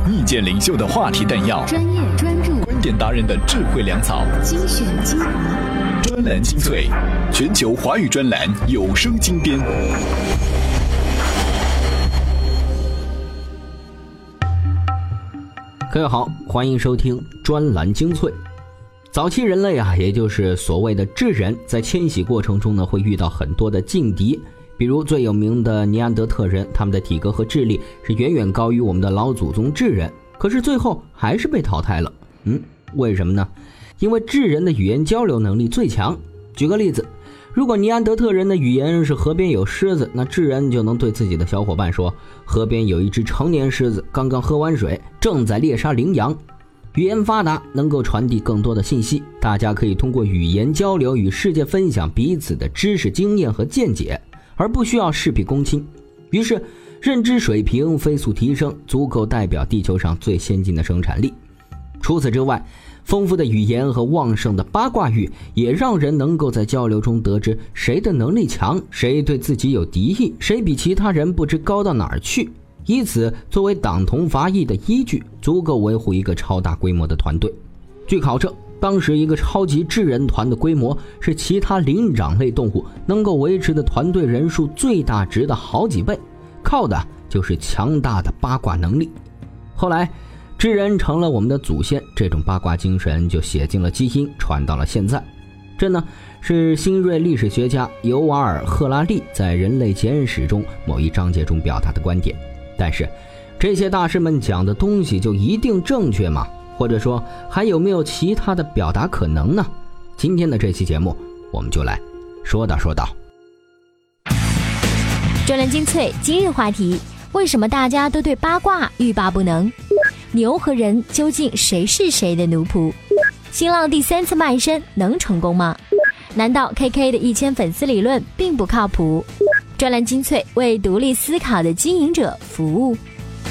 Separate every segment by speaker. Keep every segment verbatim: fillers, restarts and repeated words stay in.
Speaker 1: 意见领袖的话题弹药，
Speaker 2: 专业专注，
Speaker 1: 观点达人的智慧粮草，
Speaker 2: 精选精华，
Speaker 1: 专栏精粹，全球华语专栏有声精编。
Speaker 3: 各位好，欢迎收听专栏精粹。早期人类啊，也就是所谓的智人，在迁徙过程中呢，会遇到很多的劲敌。比如最有名的尼安德特人，他们的体格和智力是远远高于我们的老祖宗智人，可是最后还是被淘汰了。嗯，为什么呢？因为智人的语言交流能力最强。举个例子，如果尼安德特人的语言是河边有狮子，那智人就能对自己的小伙伴说，河边有一只成年狮子，刚刚喝完水，正在猎杀羚羊。语言发达，能够传递更多的信息，大家可以通过语言交流与世界分享彼此的知识经验和见解，而不需要事必躬亲。于是认知水平飞速提升，足够代表地球上最先进的生产力。除此之外，丰富的语言和旺盛的八卦欲也让人能够在交流中得知谁的能力强，谁对自己有敌意，谁比其他人不知高到哪儿去，以此作为党同伐异的依据，足够维护一个超大规模的团队。据考证，当时一个超级智人团的规模是其他灵长类动物能够维持的团队人数最大值的好几倍，靠的就是强大的八卦能力。后来智人成了我们的祖先，这种八卦精神就写进了基因，传到了现在。这呢是新锐历史学家尤瓦尔·赫拉利在《人类简史》中某一章节中表达的观点。但是这些大师们讲的东西就一定正确吗？或者说还有没有其他的表达可能呢？今天的这期节目我们就来说道说道。
Speaker 4: 专栏精粹今日话题：为什么大家都对八卦欲罢不能？牛和人究竟谁是谁的奴仆？新浪第三次卖身能成功吗？难道 K K 的一千粉丝理论并不靠谱？专栏精粹为独立思考的经营者服务。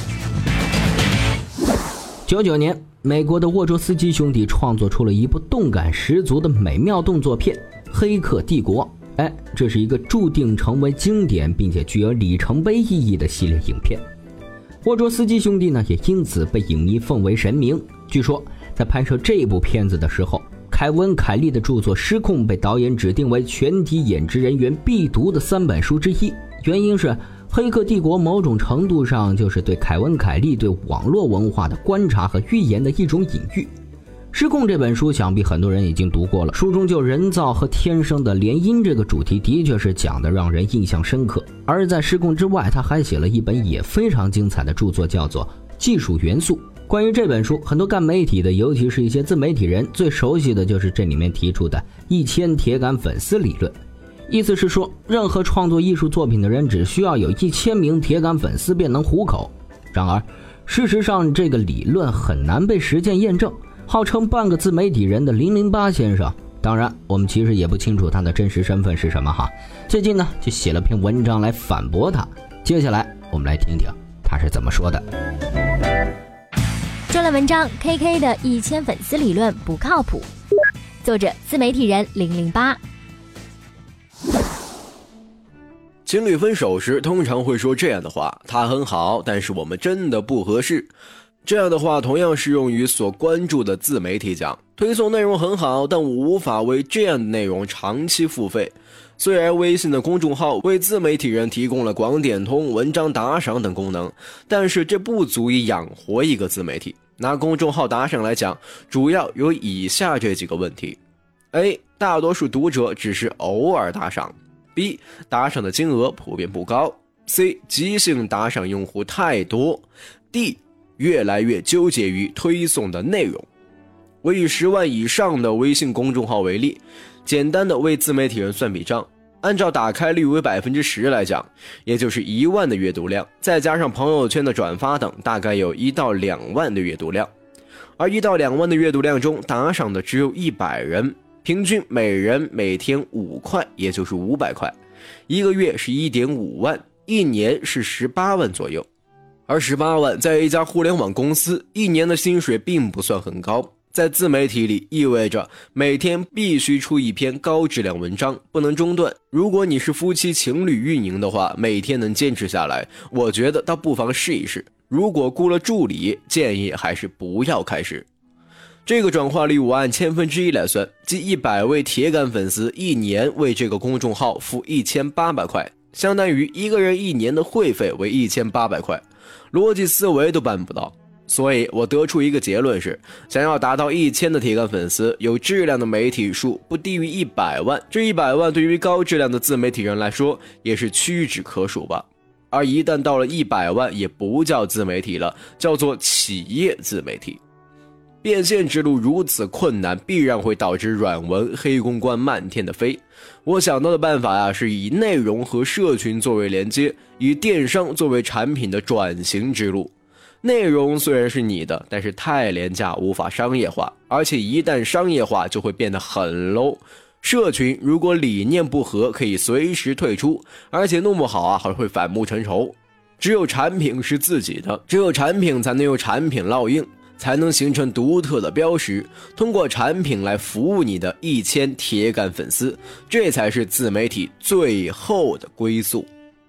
Speaker 3: 九九年，美国的沃卓斯基兄弟创作出了一部动感十足的美妙动作片《黑客帝国》。哎，这是一个注定成为经典并且具有里程碑意义的系列影片。沃卓斯基兄弟呢，也因此被影迷奉为神明。据说在拍摄这部片子的时候，凯文·凯利的著作《失控》被导演指定为全体演职人员必读的三本书之一，原因是《黑客帝国》某种程度上就是对凯文·凯利对网络文化的观察和预言的一种隐喻。《失控》这本书想必很多人已经读过了，书中就人造和天生的联姻这个主题的确是讲得让人印象深刻。而在《失控》之外，他还写了一本也非常精彩的著作，叫做《技术元素》。关于这本书，很多干媒体的，尤其是一些自媒体人，最熟悉的就是这里面提出的一千铁杆粉丝理论。意思是说，任何创作艺术作品的人只需要有一千名铁杆粉丝便能糊口。然而事实上这个理论很难被实践验证。号称半个自媒体人的零零八先生，当然我们其实也不清楚他的真实身份是什么哈，最近呢就写了篇文章来反驳他。接下来我们来听听他是怎么说的。
Speaker 4: 专栏文章 K K 的一千粉丝理论不靠谱，作者自媒体人零零八。
Speaker 5: 情侣分手时通常会说这样的话，他很好，但是我们真的不合适。这样的话同样适用于所关注的自媒体讲，推送内容很好，但我无法为这样的内容长期付费。虽然微信的公众号为自媒体人提供了广点通、文章打赏等功能，但是这不足以养活一个自媒体。拿公众号打赏来讲，主要有以下这几个问题： A. 大多数读者只是偶尔打赏； B. 打赏的金额普遍不高； C. 即兴打赏用户太多； D. 越来越纠结于推送的内容。我以十万以上的微信公众号为例，简单的为自媒体人算笔账，按照打开率为 百分之十 来讲，也就是一万的阅读量，再加上朋友圈的转发等，大概有一到两万的阅读量。而一到两万的阅读量中，打赏的只有一百人，平均每人每天五块，也就是五百块，一个月是 一点五万，一年是十八万左右。而十八万在一家互联网公司一年的薪水并不算很高，在自媒体里意味着每天必须出一篇高质量文章，不能中断。如果你是夫妻情侣运营的话，每天能坚持下来，我觉得倒不妨试一试。 如果雇了助理，建议还是不要开始。这个转化率我按千分之一来算，即一百位铁杆粉丝一年为这个公众号付一千八百块，相当于一个人一年的会费为一千八百块，逻辑思维都办不到。所以我得出一个结论是，想要达到一千的铁杆粉丝，有质量的媒体数不低于一百万，这一百万对于高质量的自媒体人来说也是屈指可数吧。而一旦到了一百万，也不叫自媒体了，叫做企业自媒体。变现之路如此困难，必然会导致软文黑公关漫天的飞。我想到的办法呀，是以内容和社群作为连接，以电商作为产品的转型之路。内容虽然是你的，但是太廉价，无法商业化，而且一旦商业化就会变得很 low。社群如果理念不合，可以随时退出，而且弄不好啊还会反目成仇。只有产品是自己的，只有产品才能有产品烙印，才能形成独特的标识，通过产品来服务你的一千铁杆粉丝，这才是自媒体最后的归宿。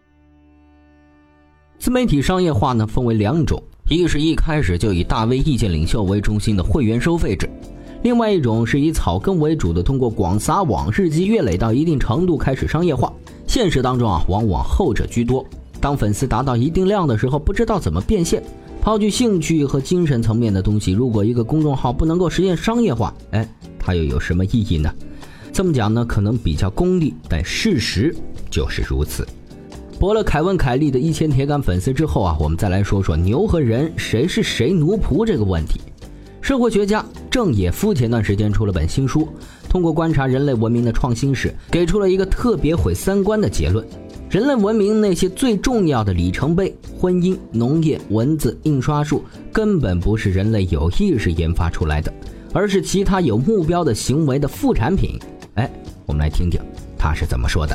Speaker 3: 自媒体商业化呢，分为两种，一个是一开始就以大 V 意见领袖为中心的会员收费制，另外一种是以草根为主的，通过广撒网日积月累到一定程度开始商业化。现实当中啊，往往后者居多。当粉丝达到一定量的时候，不知道怎么变现。抛去兴趣和精神层面的东西，如果一个公众号不能够实现商业化，哎，它又有什么意义呢？这么讲呢，可能比较功利，但事实就是如此。博了凯文凯利的一千铁杆粉丝之后啊，我们再来说说牛和人谁是谁奴仆这个问题。社会学家郑也夫前段时间出了本新书，通过观察人类文明的创新史，给出了一个特别毁三观的结论。人类文明那些最重要的里程碑，婚姻、农业、文字、印刷术，根本不是人类有意识研发出来的，而是其他有目标的行为的副产品。哎，我们来听听他是怎么说的。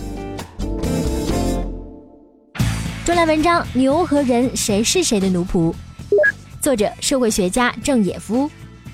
Speaker 4: 专栏文章：牛和人谁是谁的奴仆，作者社会学家郑也夫。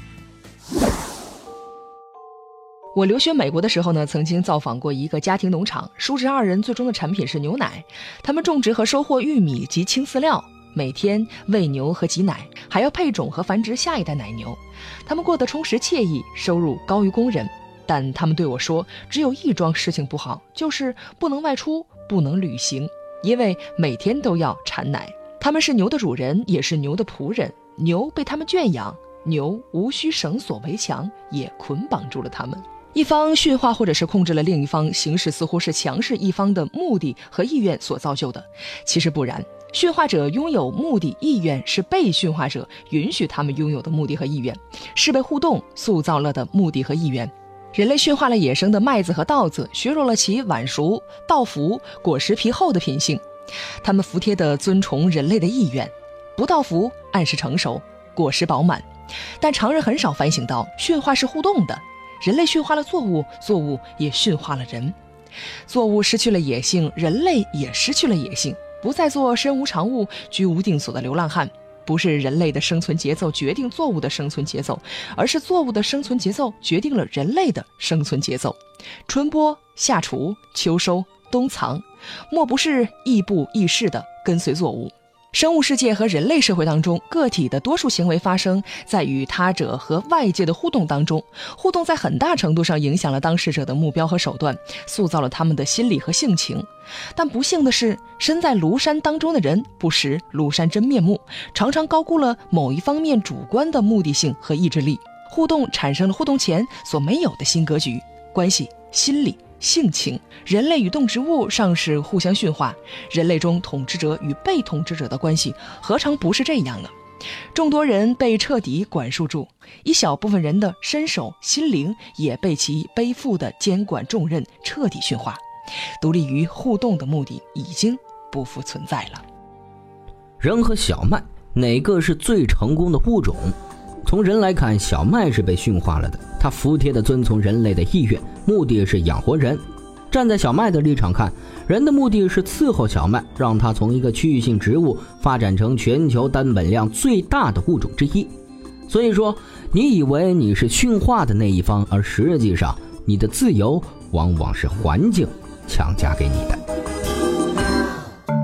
Speaker 6: 我留学美国的时候呢，曾经造访过一个家庭农场，叔侄二人最终的产品是牛奶。他们种植和收获玉米及青饲料，每天喂牛和挤奶，还要配种和繁殖下一代奶牛。他们过得充实惬意，收入高于工人。但他们对我说，只有一桩事情不好，就是不能外出，不能旅行，因为每天都要产奶。他们是牛的主人，也是牛的仆人，牛被他们圈养，牛无需绳索围墙，也捆绑住了他们。一方驯化或者是控制了另一方，形式似乎是强势一方的目的和意愿所造就的，其实不然。驯化者拥有目的意愿，是被驯化者允许他们拥有的目的和意愿，是被互动塑造了的目的和意愿。人类驯化了野生的麦子和稻子，削弱了其晚熟、稻腐、果实皮厚的品性。他们服帖地遵从人类的意愿，不稻腐按时成熟，果实饱满。但常人很少反省到，驯化是互动的。人类驯化了作物，作物也驯化了人。作物失去了野性，人类也失去了野性，不再做身无长物、居无定所的流浪汉。不是人类的生存节奏决定作物的生存节奏，而是作物的生存节奏决定了人类的生存节奏。春播、夏锄、秋收、冬藏，莫不是亦步亦趋地跟随作物。生物世界和人类社会当中，个体的多数行为发生在与他者和外界的互动当中，互动在很大程度上影响了当事者的目标和手段，塑造了他们的心理和性情。但不幸的是，身在庐山当中的人不识庐山真面目，常常高估了某一方面主观的目的性和意志力，互动产生了互动前所没有的新格局、关系、心理、性情。人类与动植物尚是互相驯化，人类中统治者与被统治者的关系何尝不是这样呢？众多人被彻底管束住，一小部分人的身手心灵也被其背负的监管重任彻底驯化，独立于互动的目的已经不复存在了。
Speaker 3: 人和小麦哪个是最成功的物种？从人来看，小麦是被驯化了的，它服帖地遵从人类的意愿，目的是养活人。站在小麦的立场看，人的目的是伺候小麦，让它从一个区域性植物发展成全球单本量最大的物种之一。所以说，你以为你是驯化的那一方，而实际上你的自由往往是环境强加给你的。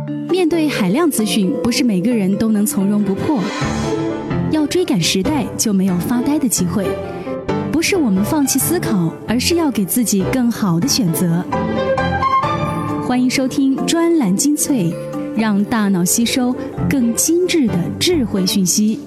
Speaker 2: 面对海量资讯，不是每个人都能从容不迫。要追赶时代，就没有发呆的机会。不是我们放弃思考，而是要给自己更好的选择。欢迎收听专栏精粹，让大脑吸收更精致的智慧讯息。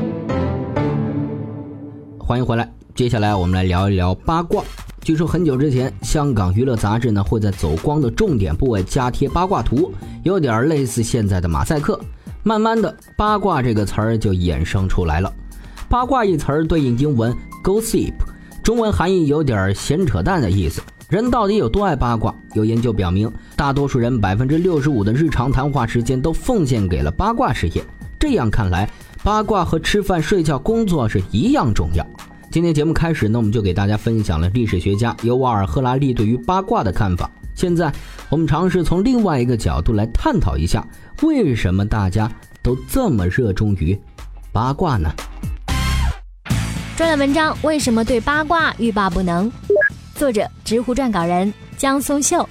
Speaker 3: 欢迎回来，接下来我们来聊一聊八卦。据说很久之前，香港娱乐杂志呢会在走光的重点部位加贴八卦图，有点类似现在的马赛克。慢慢的，八卦这个词儿就衍生出来了。八卦一词儿对应英文 gossip， 中文含义有点闲扯淡的意思。人到底有多爱八卦？有研究表明，大多数人 百分之六十五 的日常谈话时间都奉献给了八卦事业。这样看来，八卦和吃饭、睡觉、工作是一样重要。今天节目开始呢，我们就给大家分享了历史学家尤瓦尔·赫拉利对于八卦的看法。现在我们尝试从另外一个角度来探讨一下，为什么大家都这么热衷于八卦呢？
Speaker 4: 专栏文章：为什么对八卦欲罢不能？作者：知乎撰稿人江松秀。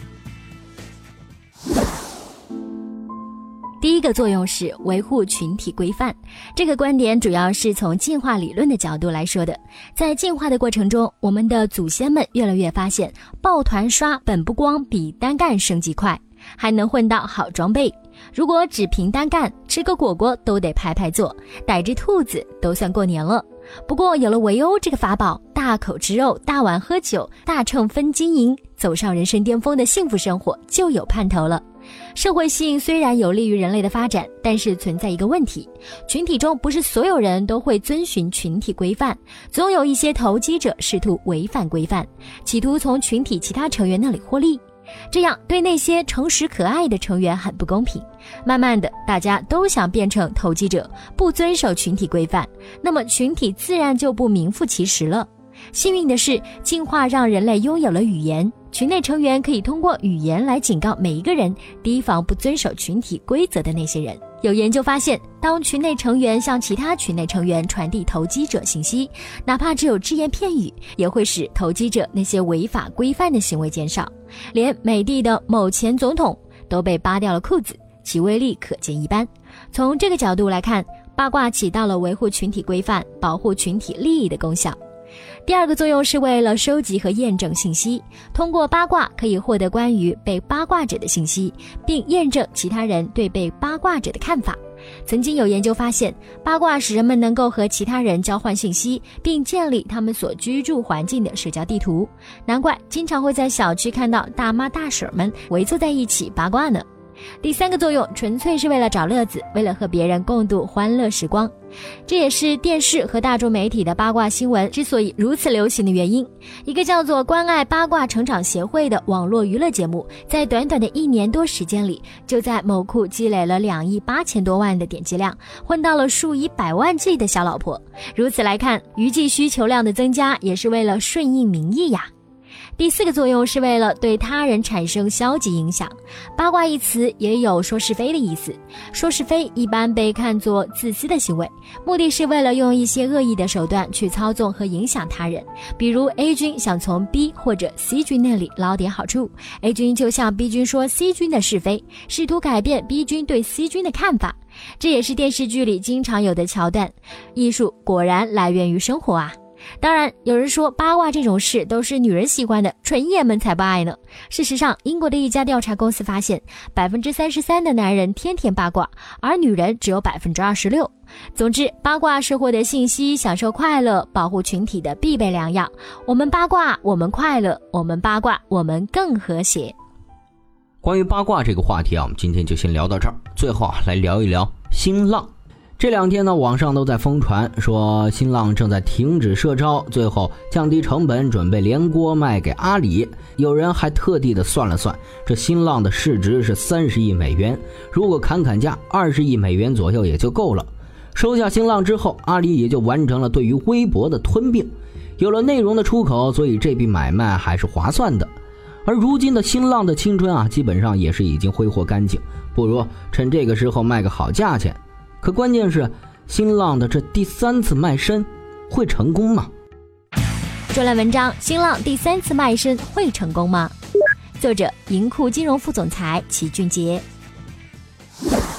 Speaker 4: 第一个作用是维护群体规范，这个观点主要是从进化理论的角度来说的。在进化的过程中，我们的祖先们越来越发现，抱团刷本不光比单干升级快，还能混到好装备。如果只凭单干，吃个果果都得排排坐，逮只兔子都算过年了。不过有了围殴这个法宝，大口吃肉、大碗喝酒、大秤分金银，走上人生巅峰的幸福生活就有盼头了。社会性虽然有利于人类的发展，但是存在一个问题，群体中不是所有人都会遵循群体规范，总有一些投机者试图违反规范，企图从群体其他成员那里获利。这样对那些诚实可爱的成员很不公平。慢慢的，大家都想变成投机者，不遵守群体规范，那么群体自然就不名副其实了。幸运的是，进化让人类拥有了语言，群内成员可以通过语言来警告每一个人，提防不遵守群体规则的那些人。有研究发现，当群内成员向其他群内成员传递投机者信息，哪怕只有只言片语，也会使投机者那些违法规范的行为减少。连美帝的某前总统都被扒掉了裤子，其威力可见一斑。从这个角度来看，八卦起到了维护群体规范、保护群体利益的功效。第二个作用是为了收集和验证信息，通过八卦可以获得关于被八卦者的信息，并验证其他人对被八卦者的看法。曾经有研究发现，八卦使人们能够和其他人交换信息，并建立他们所居住环境的社交地图，难怪经常会在小区看到大妈大婶们围坐在一起八卦呢。第三个作用纯粹是为了找乐子，为了和别人共度欢乐时光。这也是电视和大众媒体的八卦新闻之所以如此流行的原因。一个叫做关爱八卦成长协会的网络娱乐节目，在短短的一年多时间里，就在某库积累了两亿八千多万的点击量，混到了数以百万计的小老婆。如此来看，娱记需求量的增加也是为了顺应民意呀。第四个作用是为了对他人产生消极影响。八卦一词也有说是非的意思，说是非一般被看作自私的行为，目的是为了用一些恶意的手段去操纵和影响他人。比如 A 君想从 B 或者 C 君那里捞点好处， A 君就向 B 君说 C 君的是非，试图改变 B 君对 C 君的看法。这也是电视剧里经常有的桥段。艺术果然来源于生活啊。当然，有人说八卦这种事都是女人喜欢的，纯爷们才不爱呢。事实上，英国的一家调查公司发现 百分之三十三 的男人天天八卦，而女人只有 百分之二十六。 总之，八卦是获得信息、享受快乐、保护群体的必备良药。我们八卦，我们快乐；我们八卦，我们更和谐。
Speaker 3: 关于八卦这个话题啊，我们今天就先聊到这儿。最后啊，来聊一聊新浪。这两天呢，网上都在疯传说新浪正在停止社招，最后降低成本，准备连锅卖给阿里。有人还特地的算了算，这新浪的市值是三十亿美元，如果砍砍价，二十亿美元左右也就够了。收下新浪之后，阿里也就完成了对于微博的吞并。有了内容的出口，所以这笔买卖还是划算的。而如今的新浪的青春啊，基本上也是已经挥霍干净，不如趁这个时候卖个好价钱。可关键是，新浪的这第三次卖身会成功吗？
Speaker 4: 专栏文章：新浪第三次卖身会成功吗？作者：银库金融副总裁齐俊杰。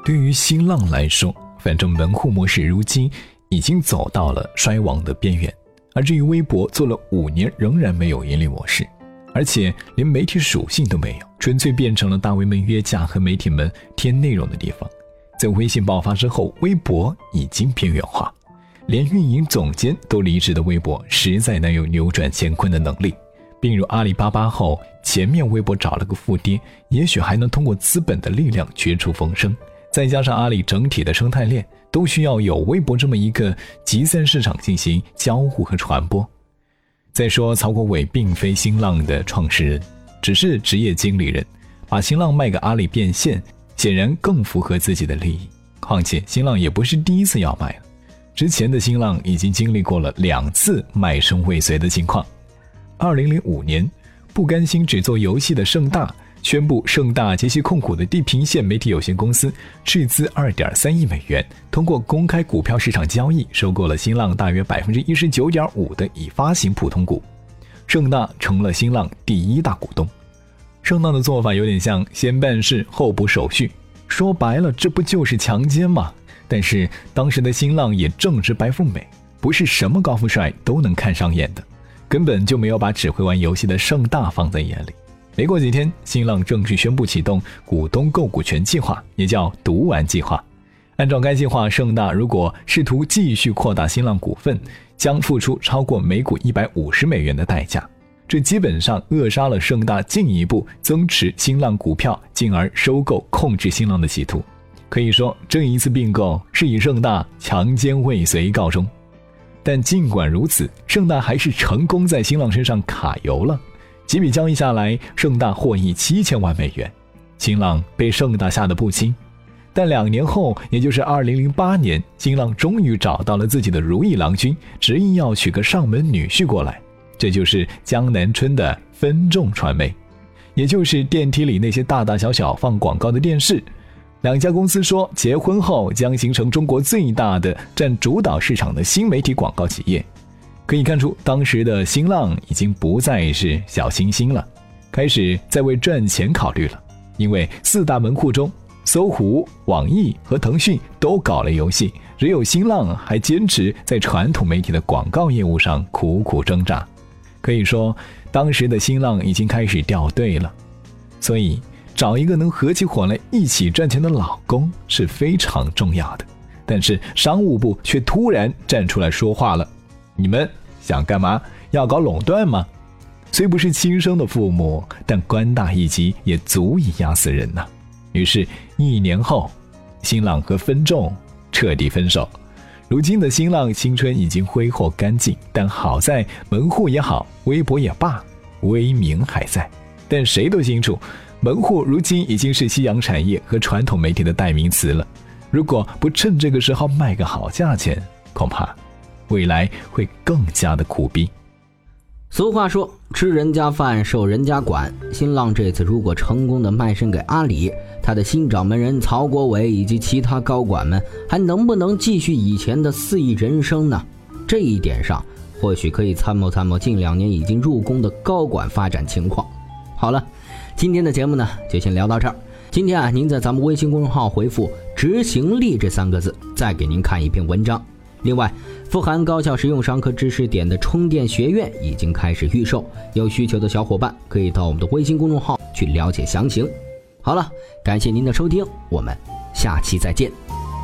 Speaker 7: 对于新浪来说，反正门户模式如今已经走到了衰亡的边缘，而至于微博做了五年仍然没有盈利模式，而且连媒体属性都没有，纯粹变成了大 V 们约架和媒体们添内容的地方。在微信爆发之后，微博已经边缘化，连运营总监都离职的微博实在难有扭转乾坤的能力。并入阿里巴巴后，前面微博找了个腹跌，也许还能通过资本的力量绝处逢生，再加上阿里整体的生态链都需要有微博这么一个集散市场进行交互和传播。再说曹国伟并非新浪的创始人，只是职业经理人，把新浪卖给阿里变现，显然更符合自己的利益。况且新浪也不是第一次要卖了，之前的新浪已经经历过了两次卖身未遂的情况。二零零五年，不甘心只做游戏的盛大宣布盛大杰西控股的地平线媒体有限公司斥资 二点三亿美元，通过公开股票市场交易收购了新浪大约 百分之一十九点五 的已发行普通股，盛大成了新浪第一大股东。盛大的做法有点像先办事后补手续，说白了这不就是强奸吗？但是当时的新浪也正值白富美，不是什么高富帅都能看上眼的，根本就没有把只会玩游戏的盛大放在眼里。没过几天，新浪正式宣布启动股东购股权计划，也叫毒丸计划。按照该计划，盛大如果试图继续扩大新浪股份，将付出超过每股一百五十美元的代价，这基本上扼杀了盛大进一步增持新浪股票进而收购控制新浪的企图。可以说这一次并购是以盛大强奸未遂告终。但尽管如此，盛大还是成功在新浪身上揩油了。几笔交易下来，盛大获益七千万美元，新浪被盛大吓得不轻。但两年后，也就是二零零八年，新浪终于找到了自己的如意郎君，执意要娶个上门女婿过来，这就是江南春的分众传媒，也就是电梯里那些大大小小放广告的电视。两家公司说，结婚后将形成中国最大的占主导市场的新媒体广告企业。可以看出，当时的新浪已经不再是小清新了，开始在为赚钱考虑了。因为四大门户中，搜狐、网易和腾讯都搞了游戏，只有新浪还坚持在传统媒体的广告业务上苦苦挣扎。可以说，当时的新浪已经开始掉队了。所以找一个能合起伙来一起赚钱的老公是非常重要的。但是商务部却突然站出来说话了，你们想干嘛？要搞垄断吗？虽不是亲生的父母，但官大一级也足以压死人呐。于是一年后，新浪和分众彻底分手。如今的新浪青春已经挥霍干净，但好在门户也好，微博也罢，威名还在。但谁都清楚，门户如今已经是夕阳产业和传统媒体的代名词了。如果不趁这个时候卖个好价钱，恐怕未来会更加的苦逼。
Speaker 3: 俗话说，吃人家饭受人家管。新浪这次如果成功的卖身给阿里，他的新掌门人曹国伟以及其他高管们还能不能继续以前的肆意人生呢？这一点上或许可以参谋参谋近两年已经入宫的高管发展情况。好了，今天的节目呢就先聊到这儿。今天啊，您在咱们微信公众号回复执行力这三个字，再给您看一篇文章。另外，富含高效实用商科知识点的充电学院已经开始预售，有需求的小伙伴可以到我们的微信公众号去了解详情。好了，感谢您的收听，我们下期再见。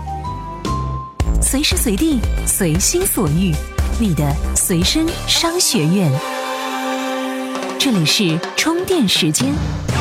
Speaker 8: 随时随地，随心所欲，你的随身商学院。这里是充电时间。